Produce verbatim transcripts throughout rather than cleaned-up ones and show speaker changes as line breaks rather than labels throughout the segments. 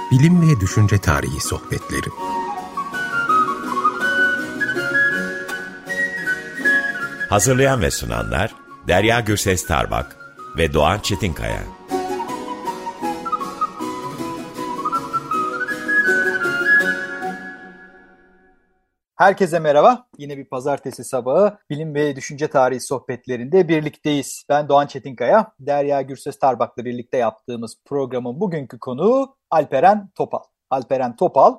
Bilim ve Düşünce Tarihi Sohbetleri.
Hazırlayan ve sunanlar Derya Gürses Tarbak ve Doğan Çetinkaya.
Herkese merhaba. Yine bir pazartesi sabahı bilim ve düşünce tarihi sohbetlerinde birlikteyiz. Ben Doğan Çetinkaya, Derya Gürses Tarbak'la birlikte yaptığımız programın bugünkü konuğu Alperen Topal. Alperen Topal,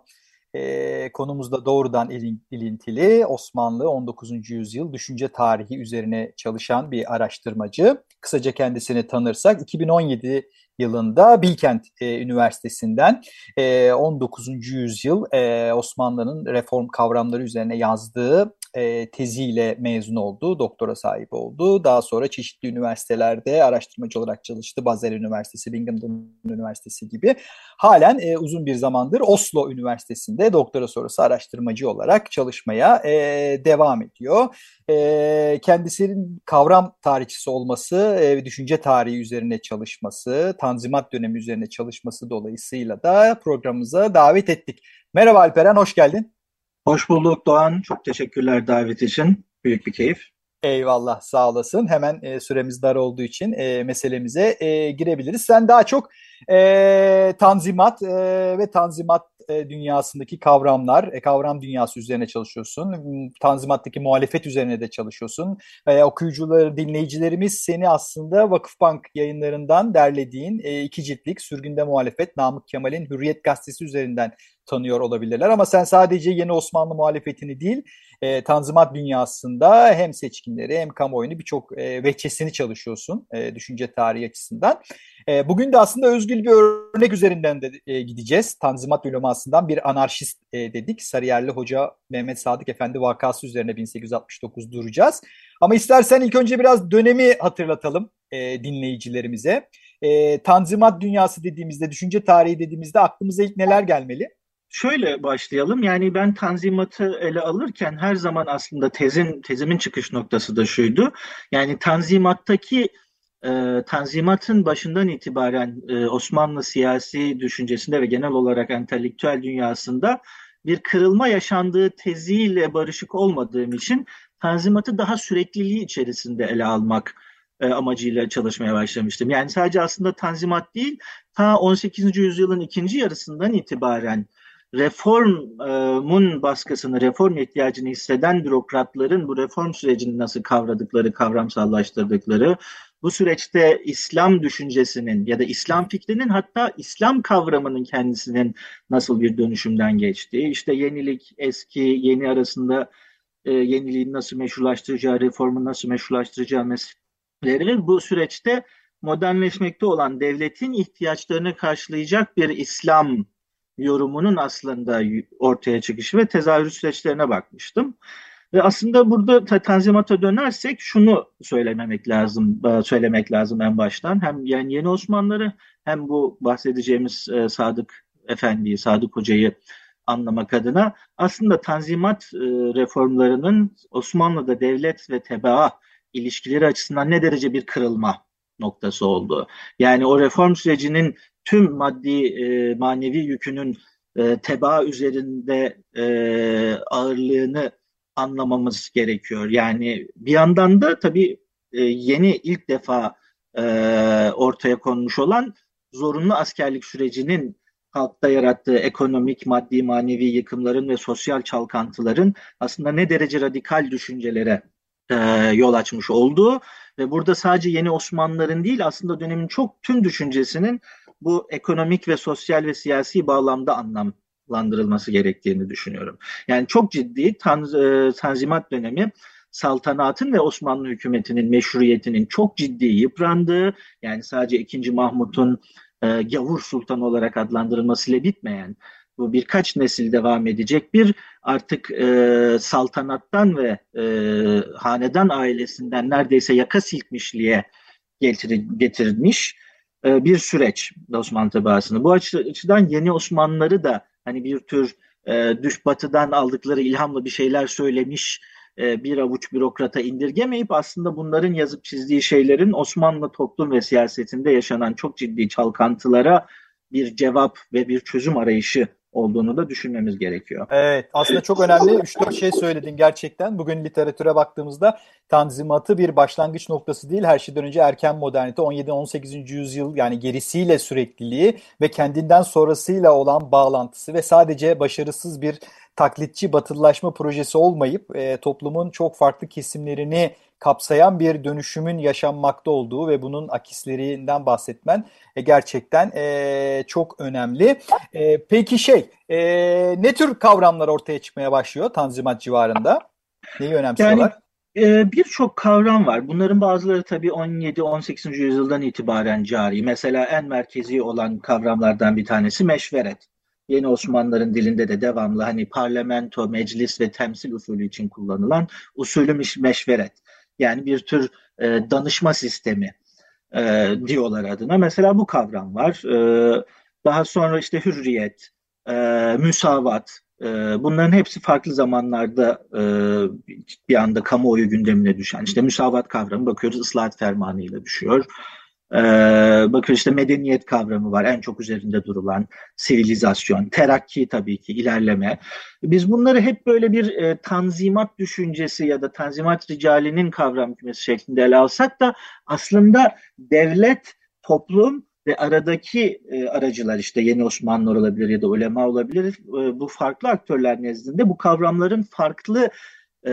e, konumuzla doğrudan ilin, ilintili Osmanlı on dokuzuncu yüzyıl düşünce tarihi üzerine çalışan bir araştırmacı. Kısaca kendisini tanırsak, iki bin on yedi yılında Bilkent e, Üniversitesi'nden e, on dokuzuncu yüzyıl e, Osmanlı'nın reform kavramları üzerine yazdığı e, teziyle mezun oldu, doktora sahibi oldu. Daha sonra çeşitli üniversitelerde araştırmacı olarak çalıştı. Basel Üniversitesi, Binghamton Üniversitesi gibi. Halen e, uzun bir zamandır Oslo Üniversitesi'nde doktora sonrası araştırmacı olarak çalışmaya e, devam ediyor. E, kendisinin kavram tarihçisi olması ve e, düşünce tarihi üzerine çalışması, Tanzimat dönemi üzerine çalışması dolayısıyla da programımıza davet ettik. Merhaba Alperen, hoş geldin.
Hoş bulduk Doğan. Çok teşekkürler davet için. Büyük bir keyif.
Eyvallah, sağ olasın. Hemen e, süremiz dar olduğu için e, meselemize e, girebiliriz. Sen daha çok e, Tanzimat e, ve Tanzimat e, dünyasındaki kavramlar, e, kavram dünyası üzerine çalışıyorsun. Tanzimat'taki muhalefet üzerine de çalışıyorsun. E, okuyucuları, dinleyicilerimiz seni aslında Vakıfbank yayınlarından derlediğin e, iki ciltlik Sürgünde Muhalefet, Namık Kemal'in Hürriyet Gazetesi üzerinden tanıyor olabilirler. Ama sen sadece yeni Osmanlı muhalefetini değil, e, Tanzimat dünyasında hem seçkinleri hem kamuoyunu birçok e, veçesini çalışıyorsun e, düşünce tarihi açısından. E, bugün de aslında özgül bir örnek üzerinden de e, gideceğiz. Tanzimat ulemasından bir anarşist e, dedik. Sarıyerli Hoca Mehmet Sadık Efendi vakası üzerine bin sekiz yüz altmış dokuz duracağız. Ama istersen ilk önce biraz dönemi hatırlatalım e, dinleyicilerimize. E, Tanzimat dünyası dediğimizde, düşünce tarihi dediğimizde aklımıza ilk neler gelmeli?
Şöyle başlayalım. Yani ben Tanzimat'ı ele alırken her zaman aslında tezin tezimin çıkış noktası da şuydu. Yani Tanzimat'taki e, Tanzimat'ın başından itibaren e, Osmanlı siyasi düşüncesinde ve genel olarak entelektüel dünyasında bir kırılma yaşandığı teziyle barışık olmadığım için Tanzimat'ı daha sürekliliği içerisinde ele almak e, amacıyla çalışmaya başlamıştım. Yani sadece aslında Tanzimat değil, ta on sekizinci yüzyılın ikinci yarısından itibaren reformun baskısını, reform ihtiyacını hisseden bürokratların bu reform sürecini nasıl kavradıkları, kavramsallaştırdıkları, bu süreçte İslam düşüncesinin ya da İslam fikrinin, hatta İslam kavramının kendisinin nasıl bir dönüşümden geçtiği, işte yenilik, eski, yeni arasında e, yeniliğin nasıl meşrulaştıracağı, reformun nasıl meşrulaştıracağı meseleleri bu süreçte modernleşmekte olan devletin ihtiyaçlarını karşılayacak bir İslam yorumunun aslında ortaya çıkışı ve tezahür süreçlerine bakmıştım. Ve aslında burada Tanzimat'a dönersek şunu söylememek lazım, söylemek lazım en baştan. Hem yani yeni Osmanlıları hem bu bahsedeceğimiz Sadık Efendi'yi, Sadık Hoca'yı anlamak adına aslında Tanzimat reformlarının Osmanlı'da devlet ve tebaa ilişkileri açısından ne derece bir kırılma noktası oldu. Yani o reform sürecinin tüm maddi e, manevi yükünün e, tebaa üzerinde e, ağırlığını anlamamız gerekiyor. Yani bir yandan da tabii e, yeni ilk defa e, ortaya konmuş olan zorunlu askerlik sürecinin halkta yarattığı ekonomik, maddi, manevi yıkımların ve sosyal çalkantıların aslında ne derece radikal düşüncelere e, yol açmış olduğu ve burada sadece yeni Osmanlıların değil, aslında dönemin çok tüm düşüncesinin bu ekonomik ve sosyal ve siyasi bağlamda anlamlandırılması gerektiğini düşünüyorum. Yani çok ciddi tanz, e, Tanzimat dönemi saltanatın ve Osmanlı hükümetinin meşruiyetinin çok ciddi yıprandığı, yani sadece ikinci. Mahmut'un e, gavur sultan olarak adlandırılmasıyla bitmeyen, bu birkaç nesil devam edecek bir artık e, saltanattan ve e, hanedan ailesinden neredeyse yaka silkmişliğe getir, getirilmiş e, bir süreç Osmanlı tebaasını. Bu açıdan yeni Osmanlıları da hani bir tür e, düş batıdan aldıkları ilhamla bir şeyler söylemiş e, bir avuç bürokrata indirgemeyip aslında bunların yazıp çizdiği şeylerin Osmanlı toplum ve siyasetinde yaşanan çok ciddi çalkantılara bir cevap ve bir çözüm arayışı olduğunu da düşünmemiz gerekiyor.
Evet, aslında çok önemli üç dört şey söyledin gerçekten. Bugün literatüre baktığımızda Tanzimat'ı bir başlangıç noktası değil, her şeyden önce erken modernite, on yedi on sekizinci yüzyıl yani gerisiyle sürekliliği ve kendinden sonrasıyla olan bağlantısı ve sadece başarısız bir taklitçi batılılaşma projesi olmayıp e, toplumun çok farklı kesimlerini kapsayan bir dönüşümün yaşanmakta olduğu ve bunun akislerinden bahsetmen e, gerçekten e, çok önemli. E, peki şey, e, ne tür kavramlar ortaya çıkmaya başlıyor Tanzimat civarında? Neyi
Yani
önemsiyorlar?
e, birçok kavram var. Bunların bazıları tabii on yedi on sekizinci yüzyıldan itibaren cari. Mesela en merkezi olan kavramlardan bir tanesi meşveret. Yeni Osmanlıların dilinde de devamlı hani parlamento, meclis ve temsil usulü için kullanılan usulü meş- meşveret. Yani bir tür e, danışma sistemi e, diyorlar adına. Mesela bu kavram var. E, daha sonra işte hürriyet, e, müsavat, e, bunların hepsi farklı zamanlarda e, bir anda kamuoyu gündemine düşen. İşte müsavat kavramı bakıyoruz ıslahat fermanıyla düşüyor. E, bakıyoruz işte medeniyet kavramı var. En çok üzerinde durulan sivilizasyon, terakki tabii ki ilerleme. Biz bunları hep böyle bir e, tanzimat düşüncesi ya da tanzimat ricalinin kavram kümesi şeklinde ele alsak da aslında devlet, toplum ve aradaki e, aracılar işte yeni Osmanlılar olabilir ya da ulema olabilir. E, bu farklı aktörler nezdinde bu kavramların farklı e,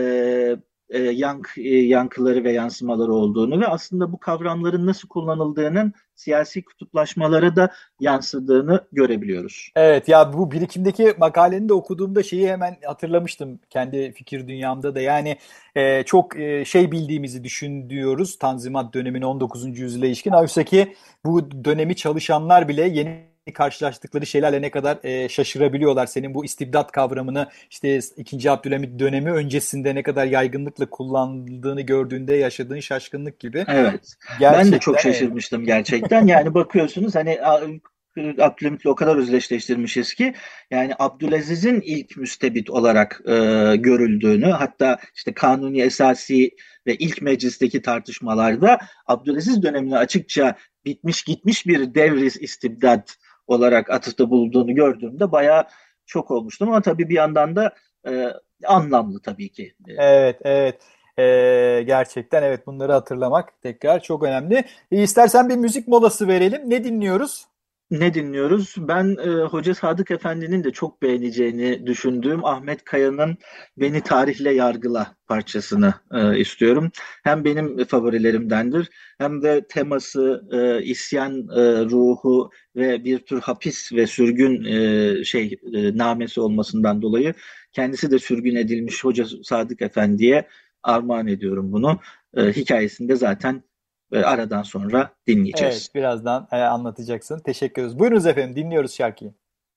e, yank, e, yankıları ve yansımaları olduğunu ve aslında bu kavramların nasıl kullanıldığının siyasi kutuplaşmalara da yansıdığını görebiliyoruz.
Evet ya bu birikimdeki makaleni de okuduğumda şeyi hemen hatırlamıştım kendi fikir dünyamda da yani e, çok e, şey bildiğimizi düşünüyoruz Tanzimat dönemine on dokuzuncu yüzyıla ilişkin. Oysa ki bu dönemi çalışanlar bile yeni karşılaştıkları şeylerle ne kadar e, şaşırabiliyorlar. Senin bu istibdat kavramını işte ikinci. Abdülhamit dönemi öncesinde ne kadar yaygınlıkla kullandığını gördüğünde yaşadığın şaşkınlık gibi.
Evet. Ben de çok
Gerçekten evet.
şaşırmıştım gerçekten. Yani bakıyorsunuz hani a- Abdülhamit'le o kadar özdeşleştirmişiz ki yani Abdülaziz'in ilk müstebit olarak e, görüldüğünü hatta işte Kanuni Esasi ve ilk meclisteki tartışmalarda Abdülaziz dönemini açıkça bitmiş gitmiş bir devri istibdat olarak atıfta bulunduğunu gördüğümde bayağı şok olmuştum ama tabii bir yandan da e, anlamlı tabii ki. E,
Evet, evet. Ee, gerçekten evet bunları hatırlamak tekrar çok önemli. E, istersen bir müzik molası verelim. Ne dinliyoruz?
Ne dinliyoruz? Ben e, Hoca Sadık Efendi'nin de çok beğeneceğini düşündüğüm Ahmet Kaya'nın Beni Tarihle Yargıla parçasını e, istiyorum. Hem benim favorilerimdendir hem de teması, e, isyan e, ruhu ve bir tür hapis ve sürgün e, şey e, namesi olmasından dolayı kendisi de sürgün edilmiş Hoca Sadık Efendi'ye armağan ediyorum bunu. E, hikayesini de zaten e, aradan sonra dinleyeceğiz.
Evet, birazdan e, anlatacaksın. Teşekkür ederiz. Buyurunuz efendim, dinliyoruz şarkıyı.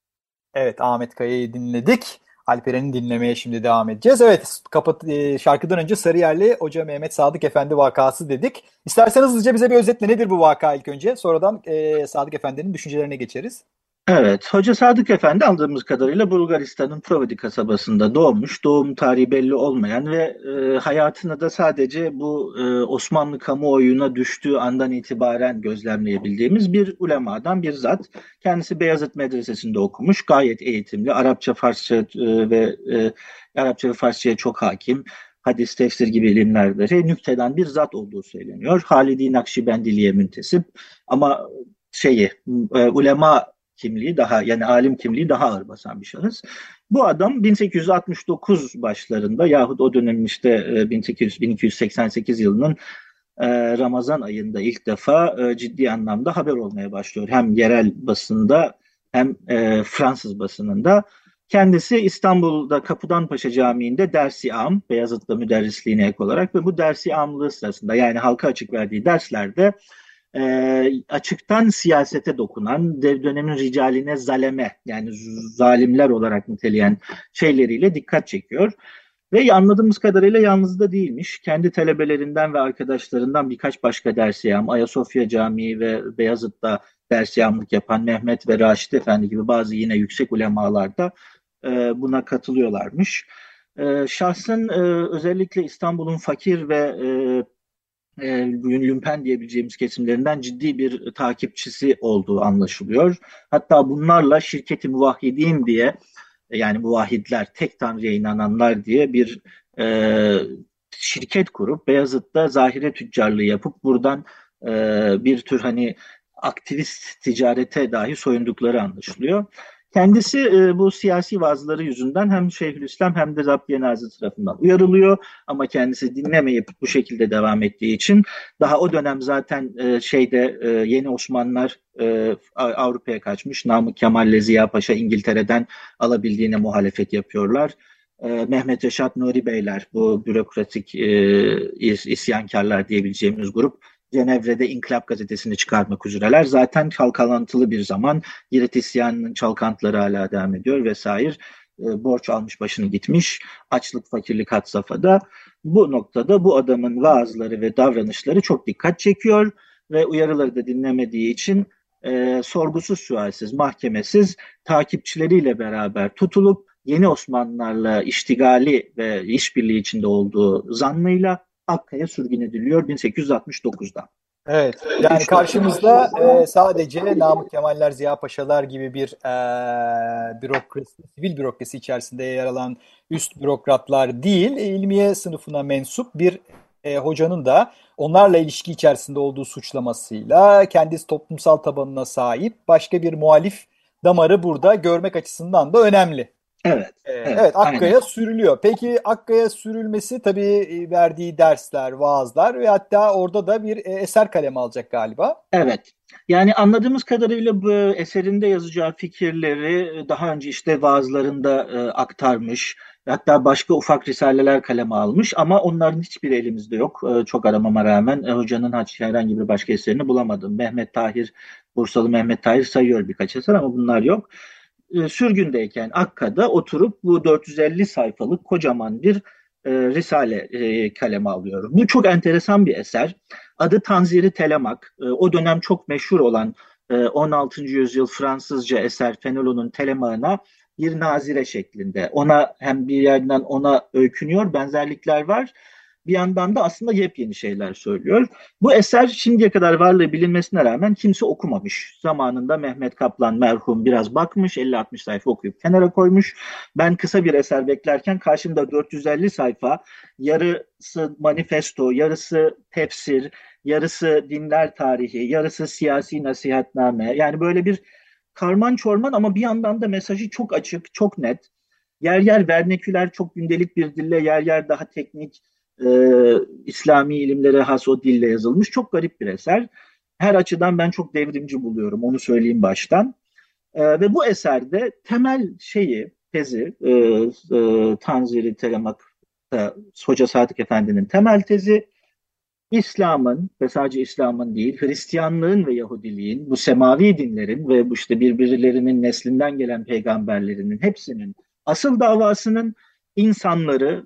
Evet, Ahmet Kaya'yı dinledik. Alperen'i dinlemeye şimdi devam edeceğiz. Evet, kapat, e, şarkıdan önce Sarıyerli Hoca Mehmet Sadık Efendi vakası dedik. İstersen hızlıca bize bir özetle nedir bu vaka ilk önce? Sonradan e, Sadık Efendi'nin düşüncelerine geçeriz.
Evet, Hoca Sadık Efendi aldığımız kadarıyla Bulgaristan'ın Provodi kasabasında doğmuş, doğum tarihi belli olmayan ve e, hayatını da sadece bu e, Osmanlı kamuoyuna düştüğü andan itibaren gözlemleyebildiğimiz bir ulemadan bir zat. Kendisi Beyazıt Medresesi'nde okumuş, gayet eğitimli, Arapça, Farsça e, ve e, Arapça ve Farsça'ya çok hakim. Hadis, tefsir gibi ilimlerde nükteden bir zat olduğu söyleniyor. Halidi Nakşibendiliğe müntesip ama şeyi e, ulema kimliği daha yani alim kimliği daha ağır basan bir şahıs. Bu adam bin sekiz yüz altmış dokuz başlarında yahut o dönem işte e, bin sekiz yüz bin iki yüz seksen sekiz yılının e, Ramazan ayında ilk defa e, ciddi anlamda haber olmaya başlıyor. Hem yerel basında hem e, Fransız basınında. Kendisi İstanbul'da Kapıdanpaşa Camii'nde dersi am, Beyazıt'ta müderrisliğine ek olarak ve bu dersi amlığı sırasında yani halka açık verdiği derslerde e, açıktan siyasete dokunan, dev dönemin ricaline zaleme yani zalimler olarak niteleyen şeyleriyle dikkat çekiyor. Ve anladığımız kadarıyla yalnız da değilmiş. Kendi talebelerinden ve arkadaşlarından birkaç başka dersiyam, Ayasofya Camii ve Beyazıt'ta dersiyamlık yapan Mehmet ve Raşit Efendi gibi bazı yine yüksek ulemalar da e, buna katılıyorlarmış. E, şahsın e, özellikle İstanbul'un fakir ve e, e, bugün lümpen diyebileceğimiz kesimlerinden ciddi bir takipçisi olduğu anlaşılıyor. Hatta bunlarla şirketi muvahhidin diye, yani muvahhidler, tek tanrıya inananlar diye bir e, şirket kurup Beyazıt'ta zahire tüccarlığı yapıp buradan e, bir tür hani aktivist ticarete dahi soyundukları anlaşılıyor. Kendisi e, bu siyasi vaazları yüzünden hem Şeyhülislam hem de Zaptiye Nazır tarafından uyarılıyor, ama kendisi dinlemeyip bu şekilde devam ettiği için daha o dönem zaten e, şeyde e, yeni Osmanlılar e, Avrupa'ya kaçmış. Namık Kemal ile Ziya Paşa İngiltere'den alabildiğine muhalefet yapıyorlar. E, Mehmet Reşat Nuri Beyler, bu bürokratik e, isyankarlar diyebileceğimiz grup, Cenevre'de İnkılap gazetesini çıkarmak üzereler. Zaten çalkalantılı bir zaman. Girit isyanının çalkantıları hala devam ediyor vesaire. E, borç almış başını gitmiş. Açlık, fakirlik had safhada. Bu noktada bu adamın vaazları ve davranışları çok dikkat çekiyor ve uyarıları da dinlemediği için e, sorgusuz sualsiz, mahkemesiz takipçileriyle beraber tutulup yeni Osmanlılarla iştigali ve işbirliği içinde olduğu zannıyla Akka'ya sürgün ediliyor bin sekiz yüz altmış dokuzda.
Evet, yani karşımızda e, sadece Namık Kemaller, Ziya Paşalar gibi bir e, bürokrasi, sivil bürokrasi içerisinde yer alan üst bürokratlar değil, ilmiye sınıfına mensup bir e, hocanın da onlarla ilişki içerisinde olduğu suçlamasıyla kendisi toplumsal tabanına sahip başka bir muhalif damarı burada görmek açısından da önemli.
Evet,
Ee,
evet,
evet, Akka'ya
aynen.
sürülüyor. Peki Akka'ya sürülmesi tabii verdiği dersler, vaazlar ve hatta orada da bir e, eser kaleme alacak galiba.
Evet. Yani anladığımız kadarıyla bu eserinde yazacağı fikirleri daha önce işte vaazlarında e, aktarmış. Hatta başka ufak risaleler kaleme almış, ama onların hiçbiri elimizde yok. E, çok aramama rağmen e, hocanın hiç herhangi bir başka eserini bulamadım. Mehmet Tahir, Bursalı Mehmet Tahir sayıyor birkaç eser ama bunlar yok. E, sürgündeyken Akka'da oturup bu dört yüz elli sayfalık kocaman bir e, risale e, kaleme alıyor. Bu çok enteresan bir eser. Adı Tanziri Telemak. E, o dönem çok meşhur olan e, on altıncı yüzyıl Fransızca eser Fenelon'un Telemağına bir nazire şeklinde. Ona hem bir yerden ona öykünüyor, benzerlikler var. Bir yandan da aslında yepyeni şeyler söylüyor. Bu eser şimdiye kadar varlığı bilinmesine rağmen kimse okumamış. Zamanında Mehmet Kaplan merhum biraz bakmış, elli altmış sayfa okuyup kenara koymuş. Ben kısa bir eser beklerken karşımda dört yüz elli sayfa, yarısı manifesto, yarısı tefsir, yarısı dinler tarihi, yarısı siyasi nasihatname. Yani böyle bir karman çorman, ama bir yandan da mesajı çok açık, çok net. Yer yer verneküler, çok gündelik bir dille, yer yer daha teknik, e, İslami ilimlere has o dille yazılmış. Çok garip bir eser. Her açıdan ben çok devrimci buluyorum, onu söyleyeyim baştan. E, ve bu eserde temel şeyi, tezi, e, e, Tanziri Telemak'ta Hoca Sadık Efendi'nin temel tezi, İslam'ın ve sadece İslam'ın değil, Hristiyanlığın ve Yahudiliğin, bu semavi dinlerin ve bu işte birbirlerinin neslinden gelen peygamberlerinin hepsinin asıl davasının insanları,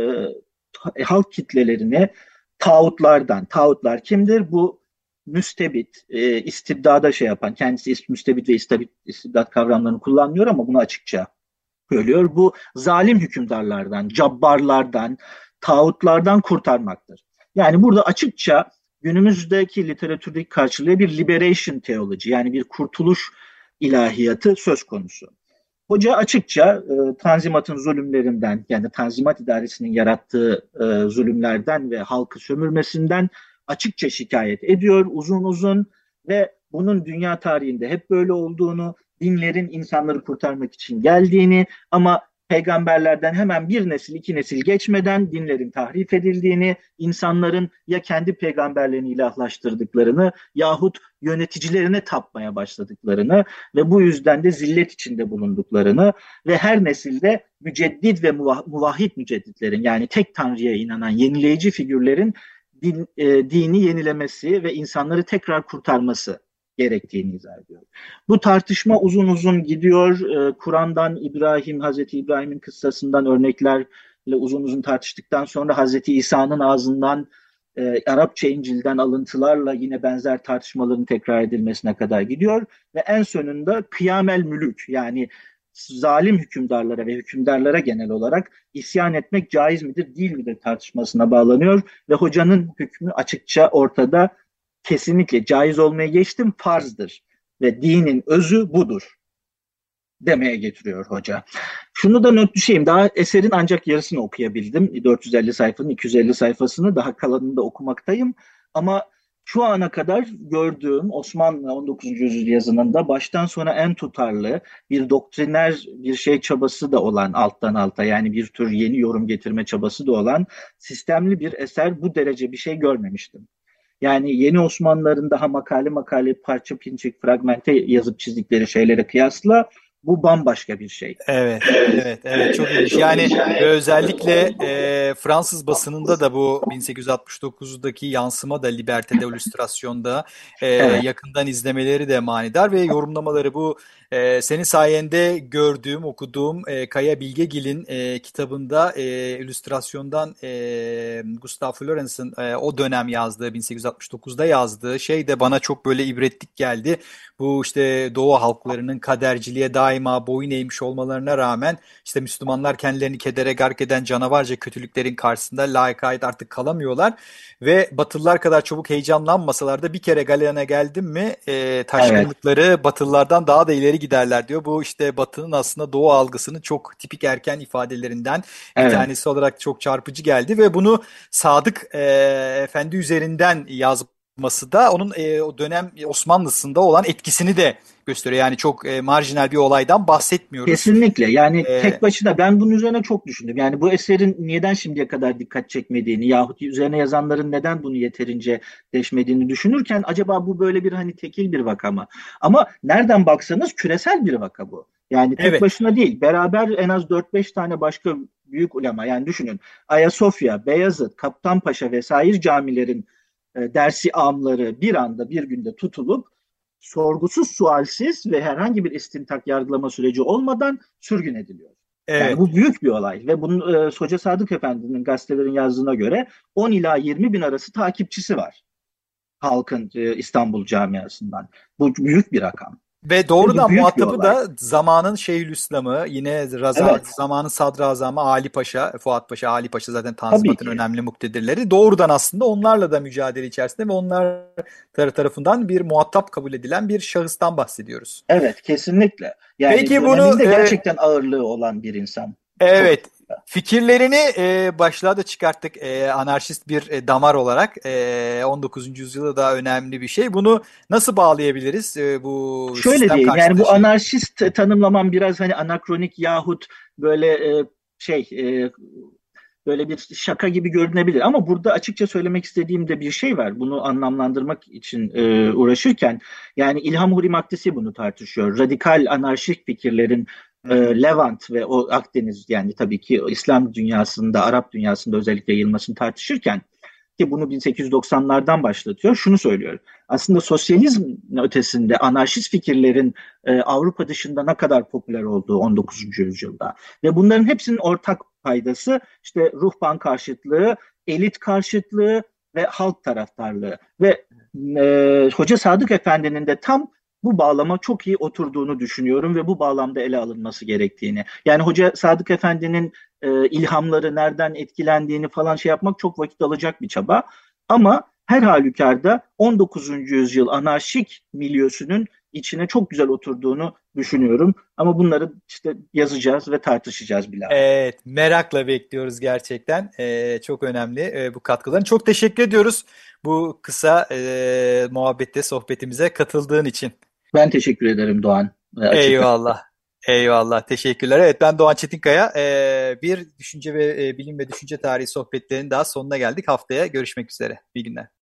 e, halk kitlelerini tağutlardan, tağutlar kimdir? Bu müstebit, e, istibdada şey yapan, kendisi müstebit ve istibdat, istibdat kavramlarını kullanmıyor ama bunu açıkça söylüyor. Bu zalim hükümdarlardan, cabbarlardan, tağutlardan kurtarmaktır. Yani burada açıkça günümüzdeki literatürdeki karşılığı bir liberation theology, yani bir kurtuluş ilahiyatı söz konusu. Hoca açıkça e, Tanzimat'ın zulümlerinden, yani Tanzimat idaresinin yarattığı e, zulümlerden ve halkı sömürmesinden açıkça şikayet ediyor uzun uzun ve bunun dünya tarihinde hep böyle olduğunu, dinlerin insanları kurtarmak için geldiğini ama peygamberlerden hemen bir nesil iki nesil geçmeden dinlerin tahrif edildiğini, insanların ya kendi peygamberlerini ilahlaştırdıklarını yahut yöneticilerine tapmaya başladıklarını ve bu yüzden de zillet içinde bulunduklarını ve her nesilde müceddit ve muvahhid mücedditlerin, yani tek tanrıya inanan yenileyici figürlerin din, e, dini yenilemesi ve insanları tekrar kurtarması gerektiğini izah ediyor. Bu tartışma uzun uzun gidiyor. Ee, Kur'an'dan İbrahim, Hazreti İbrahim'in kıssasından örneklerle uzun uzun tartıştıktan sonra Hazreti İsa'nın ağzından e, Arapça İncil'den alıntılarla yine benzer tartışmaların tekrar edilmesine kadar gidiyor ve en sonunda Kıyamel Mülük, yani zalim hükümdarlara ve hükümdarlara genel olarak isyan etmek caiz midir, değil midir tartışmasına bağlanıyor ve hocanın hükmü açıkça ortada. Kesinlikle caiz olmaya geçtim, farzdır ve dinin özü budur demeye getiriyor hoca. Şunu da not düşeyim. Daha eserin ancak yarısını okuyabildim. dört yüz elli sayfanın iki yüz elli sayfasını, daha kalanını da okumaktayım. Ama şu ana kadar gördüğüm Osmanlı on dokuzuncu yüzyıl yazınında baştan sona en tutarlı, bir doktriner bir şey çabası da olan, alttan alta, yani bir tür yeni yorum getirme çabası da olan sistemli bir eser, bu derece bir şey görmemiştim. Yani yeni Osmanlıların daha makale makale, parça pinçik, fragmente yazıp çizdikleri şeylere kıyasla bu bambaşka bir şey.
Evet, evet, evet, çok ilginç. Yani ve özellikle e, Fransız basınında da bu bin sekiz yüz altmış dokuzdaki yansıma da Liberté'de, illüstrasyonda e,
Evet.
yakından izlemeleri de manidar ve yorumlamaları bu e, senin sayende gördüğüm, okuduğum e, Kaya Bilgegil'in e, kitabında e, illüstrasyondan e, Gustav Florence'ın e, o dönem yazdığı, bin sekiz yüz altmış dokuzda yazdığı şey de bana çok böyle ibretlik geldi. Bu işte Doğu halklarının kaderciliğe daima boyun eğmiş olmalarına rağmen işte Müslümanlar kendilerini kedere gark eden canavarca kötülüklerin karşısında layıkayet artık kalamıyorlar ve Batılılar kadar çabuk heyecanlanmasalar da bir kere galeyana geldim mi e, taşkınlıkları Batılılardan daha da ileri giderler diyor. Bu işte Batı'nın aslında Doğu algısının çok tipik erken ifadelerinden bir
Evet.
tanesi olarak çok çarpıcı geldi ve bunu Sadık e, Efendi üzerinden yazması da onun e, o dönem Osmanlısında olan etkisini de gösteriyor. Yani çok e, marjinal bir olaydan bahsetmiyoruz.
Kesinlikle. Yani
E,
tek başına ben bunun üzerine çok düşündüm. Yani bu eserin neden şimdiye kadar dikkat çekmediğini yahut üzerine yazanların neden bunu yeterince deşmediğini düşünürken, acaba bu böyle bir hani tekil bir vaka mı? Ama nereden baksanız küresel bir vaka bu. Yani tek
evet,
başına değil. Beraber en az dört beş tane başka büyük ulema, yani düşünün, Ayasofya, Beyazıt, Kaptanpaşa vesaire camilerin e, dersi amları bir anda bir günde tutulup sorgusuz sualsiz ve herhangi bir istintak yargılama süreci olmadan sürgün ediliyor. Yani
evet.
bu büyük bir olay ve bunun e, Hoca Sadık Efendi'nin gazetelerin yazdığına göre on ila yirmi bin arası takipçisi var halkın e, İstanbul camiasından. Bu büyük bir rakam
Ve
ve bu
doğrudan
büyük bir
muhatabı
olay.
da zamanın Şeyhülislam'ı, yine Raza,
Evet,
zamanın Sadrazamı Ali Paşa, Fuat Paşa, Ali Paşa zaten
tabii
Tanzimat'ın
ki.
önemli muktedirleri. Doğrudan aslında onlarla da mücadele içerisinde ve onlar tarafından bir muhatap kabul edilen bir şahıstan bahsediyoruz.
Evet, kesinlikle. Yani
Peki bunu
döneminde
e,
gerçekten ağırlığı olan bir insan. Çok.
evet, fikirlerini e, başlığa da çıkarttık, e, anarşist bir e, damar olarak e, on dokuzuncu yüzyılda da önemli bir şey. Bunu nasıl bağlayabiliriz e, bu
Şöyle
sistem
diyeyim, yani
karşıtı
bu
şeyi?
anarşist tanımlamam biraz hani anakronik yahut böyle e, şey e, böyle bir şaka gibi görünebilir. Ama burada açıkça söylemek istediğim de bir şey var. Bunu anlamlandırmak için e, uğraşırken, yani İlham Huri Makdisi bunu tartışıyor. Radikal anarşik fikirlerin e, Levant ve o Akdeniz, yani tabii ki İslam dünyasında, Arap dünyasında özellikle yayılmasını tartışırken, ki bunu bin sekiz yüz doksanlardan başlatıyor, şunu söylüyor. Aslında sosyalizm ötesinde anarşist fikirlerin e, Avrupa dışında ne kadar popüler olduğu on dokuzuncu yüzyılda. Ve bunların hepsinin ortak paydası işte ruhban karşıtlığı, elit karşıtlığı ve halk taraftarlığı. Ve e, Hoca Sadık Efendi'nin de tam bu bağlama çok iyi oturduğunu düşünüyorum ve bu bağlamda ele alınması gerektiğini. Yani Hoca Sadık Efendi'nin e, ilhamları nereden etkilendiğini falan şey yapmak çok vakit alacak bir çaba. Ama her halükarda on dokuzuncu yüzyıl anarşik milyösünün içine çok güzel oturduğunu düşünüyorum. Ama bunları işte yazacağız ve tartışacağız bilahare.
Evet, merakla bekliyoruz gerçekten. Ee, çok önemli e, bu katkıların. Çok teşekkür ediyoruz bu kısa e, muhabbette sohbetimize katıldığın için.
Ben teşekkür ederim Doğan. E, açık.
Eyvallah. Eyvallah. Teşekkürler. Evet, ben Doğan Çetinkaya. Ee, bir düşünce ve e, bilim ve düşünce tarihi sohbetlerinin daha sonuna geldik. Haftaya görüşmek üzere. İyi günler.